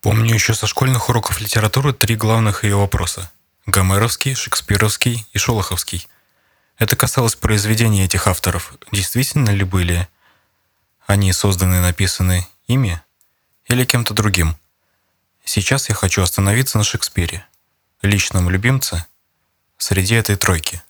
Помню еще со школьных уроков литературы три главных ее вопроса: гомеровский, шекспировский и шолоховский. Это касалось произведений этих авторов. Действительно ли были они созданы и написаны ими или кем-то другим? Сейчас я хочу остановиться на Шекспире, личном любимце среди этой тройки.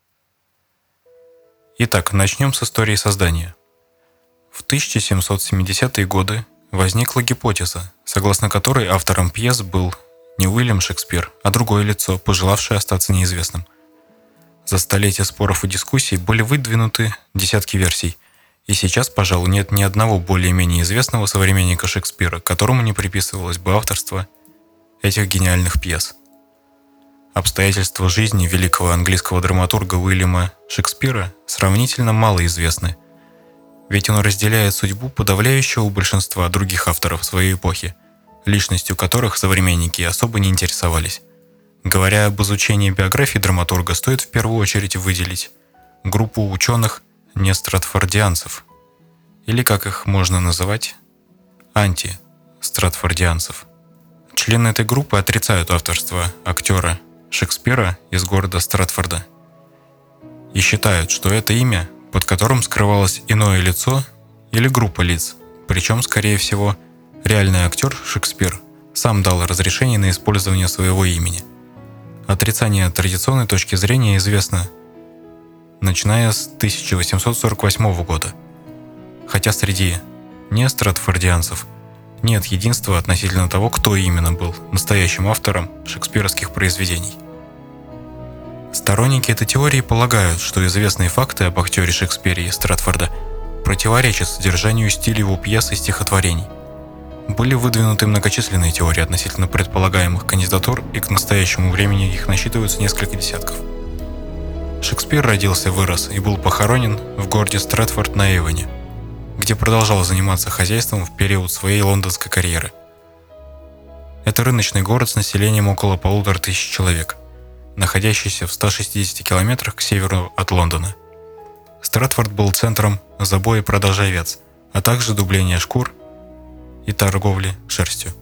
Итак, начнем с истории создания. В 1770-е годы возникла гипотеза, согласно которой автором пьес был не Уильям Шекспир, а другое лицо, пожелавшее остаться неизвестным. За столетия споров и дискуссий были выдвинуты десятки версий, и сейчас, пожалуй, нет ни одного более-менее известного современника Шекспира, которому не приписывалось бы авторство этих гениальных пьес. Обстоятельства жизни великого английского драматурга Уильяма Шекспира сравнительно мало известны, ведь он разделяет судьбу подавляющего большинства других авторов своей эпохи, личностью которых современники особо не интересовались. Говоря об изучении биографии драматурга, стоит в первую очередь выделить группу ученых нестратфордианцев, или, как их можно называть, антистратфордианцев. Члены этой группы отрицают авторство актера Шекспира из города Стратфорда и считают, что это имя, под которым скрывалось иное лицо или группа лиц, причем, скорее всего, реальный актер Шекспир сам дал разрешение на использование своего имени. Отрицание традиционной точки зрения известно начиная с 1848 года, хотя среди нестратфордианцев нет единства относительно того, кто именно был настоящим автором шекспировских произведений. Сторонники этой теории полагают, что известные факты об актере Шекспире из Стратфорда противоречат содержанию стиля его пьес и стихотворений. Были выдвинуты многочисленные теории относительно предполагаемых кандидатур, и к настоящему времени их насчитывается несколько десятков. Шекспир родился, вырос и был похоронен в городе Стратфорд на Эвоне, где продолжал заниматься хозяйством в период своей лондонской карьеры. Это рыночный город с населением около 1500 человек, находящийся в 160 километрах к северу от Лондона. Стратфорд был центром забоя и продажи овец, а также дубления шкур и торговли шерстью.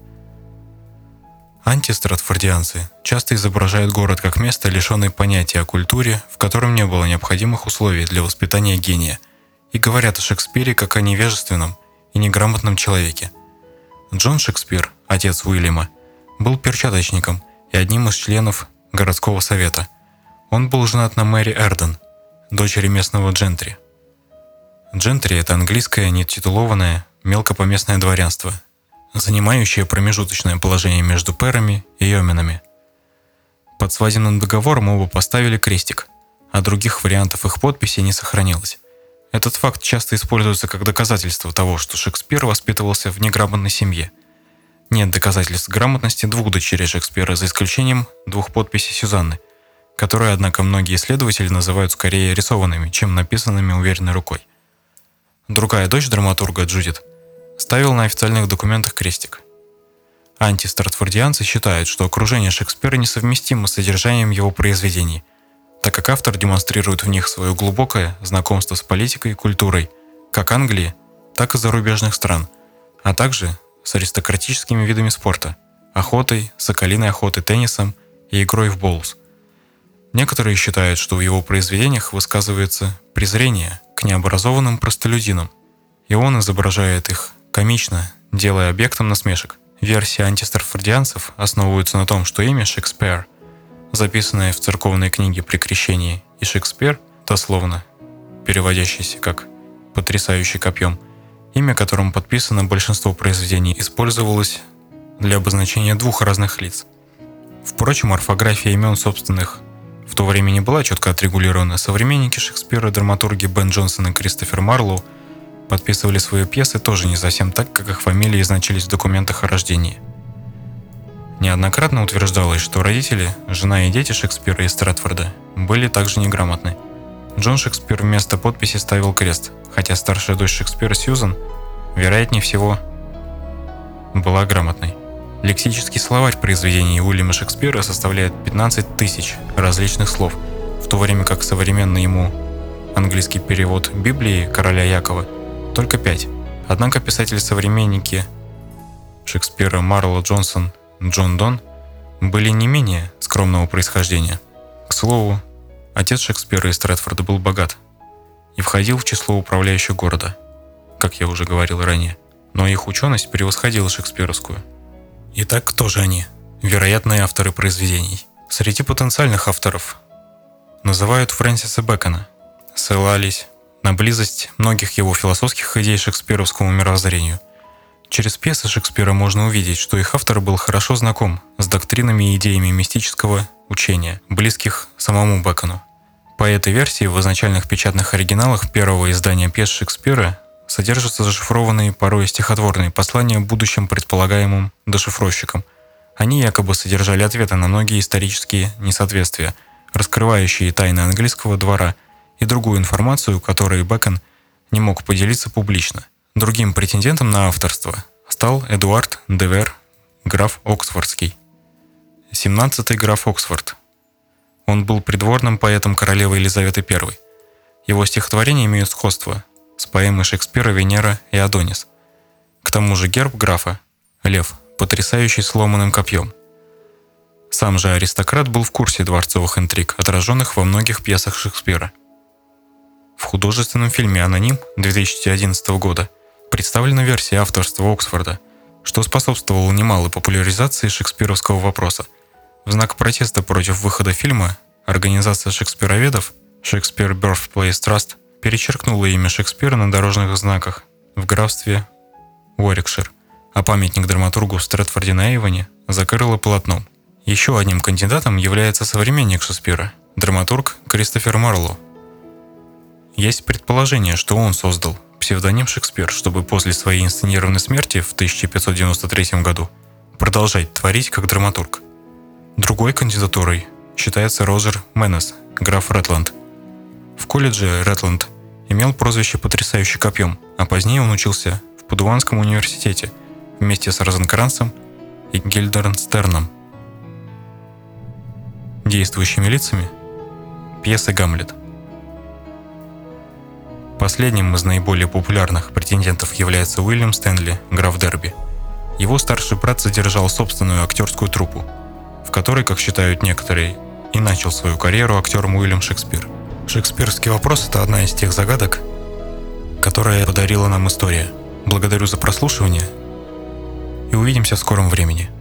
Антистратфордианцы часто изображают город как место, лишенное понятия о культуре, в котором не было необходимых условий для воспитания гения, и говорят о Шекспире как о невежественном и неграмотном человеке. Джон Шекспир, отец Уильяма, был перчаточником и одним из членов городского совета. Он был женат на Мэри Эрден, дочери местного джентри. Джентри – это английское нетитулованное мелкопоместное дворянство, занимающее промежуточное положение между пэрами и йоменами. Под свадебным договором оба поставили крестик, а других вариантов их подписи не сохранилось. Этот факт часто используется как доказательство того, что Шекспир воспитывался в неграмотной семье. Нет доказательств грамотности двух дочерей Шекспира, за исключением двух подписей Сюзанны, которые, однако, многие исследователи называют скорее рисованными, чем написанными уверенной рукой. Другая дочь драматурга, Джудит, ставила на официальных документах крестик. Антистратфордианцы считают, что окружение Шекспира несовместимо с содержанием его произведений, так как автор демонстрирует в них свое глубокое знакомство с политикой и культурой как Англии, так и зарубежных стран, а также с аристократическими видами спорта – охотой, соколиной охотой, теннисом и игрой в боулс. Некоторые считают, что в его произведениях высказывается презрение к необразованным простолюдинам, и он изображает их комично, делая объектом насмешек. Версии антистратфордианцев основываются на том, что имя Шекспир, записанное в церковной книге при крещении, и Шекспир, дословно переводящийся как «потрясающий копьем», имя которым подписано большинство произведений, использовалось для обозначения двух разных лиц. Впрочем, орфография имен собственных в то время не была четко отрегулирована. Современники Шекспира, драматурги Бен Джонсон и Кристофер Марлоу, подписывали свои пьесы тоже не совсем так, как их фамилии значились в документах о рождении. Неоднократно утверждалось, что родители, жена и дети Шекспира из Стратфорда были также неграмотны. Джон Шекспир вместо подписи ставил крест, хотя старшая дочь Шекспира Сьюзан, вероятнее всего, была грамотной. Лексический словарь произведений Уильяма Шекспира составляет 15 тысяч различных слов, в то время как современный ему английский перевод Библии короля Якова только 5. Однако писатели-современники Шекспира Марло Джонсон, Джон Дон были не менее скромного происхождения. К слову, отец Шекспира из Стрэтфорда был богат и входил в число управляющих города, как я уже говорил ранее, но их ученость превосходила шекспировскую. Итак, кто же они? Вероятные авторы произведений. Среди потенциальных авторов называют Фрэнсиса Бэкона, ссылались на близость многих его философских идей шекспировскому мировоззрению. Через пьесы Шекспира можно увидеть, что их автор был хорошо знаком с доктринами и идеями мистического учения, близких самому Бэкону. По этой версии в изначальных печатных оригиналах первого издания пьес Шекспира содержатся зашифрованные, порой стихотворные послания будущим предполагаемым дешифровщикам. Они якобы содержали ответы на многие исторические несоответствия, раскрывающие тайны английского двора и другую информацию, которой Бэкон не мог поделиться публично. Другим претендентом на авторство стал Эдуард де Вер, граф Оксфордский. 17-й граф Оксфорд. Он был придворным поэтом королевы Елизаветы I. Его стихотворения имеют сходство с поэмой Шекспира «Венера и Адонис». К тому же герб графа – лев, потрясающий сломанным копьем. Сам же аристократ был в курсе дворцовых интриг, отраженных во многих пьесах Шекспира. В художественном фильме «Аноним» 2011 года представлена версия авторства Оксфорда, что способствовало немалой популяризации шекспировского вопроса. В знак протеста против выхода фильма организация шекспироведов Shakespeare Birthplace Trust перечеркнула имя Шекспира на дорожных знаках в графстве Уорикшир, а памятник драматургу в Стрэтфорде-на-Эйвоне закрыла полотном. Еще одним кандидатом является современник Шекспира, драматург Кристофер Марло. Есть предположение, что он создал псевдоним Шекспир, чтобы после своей инсценированной смерти в 1593 году продолжать творить как драматург. Другой кандидатурой считается Роджер Меннес, граф Ретланд. В колледже Ретланд имел прозвище «Потрясающий копьем», а позднее он учился в Падуанском университете вместе с Розенкранцем и Гильденстерном. Действующими лицами пьесы «Гамлет». Последним из наиболее популярных претендентов является Уильям Стэнли, граф Дерби. Его старший брат содержал собственную актерскую труппу, в которой, как считают некоторые, и начал свою карьеру актером Уильям Шекспир. Шекспирский вопрос – это одна из тех загадок, которая подарила нам история. Благодарю за прослушивание и увидимся в скором времени.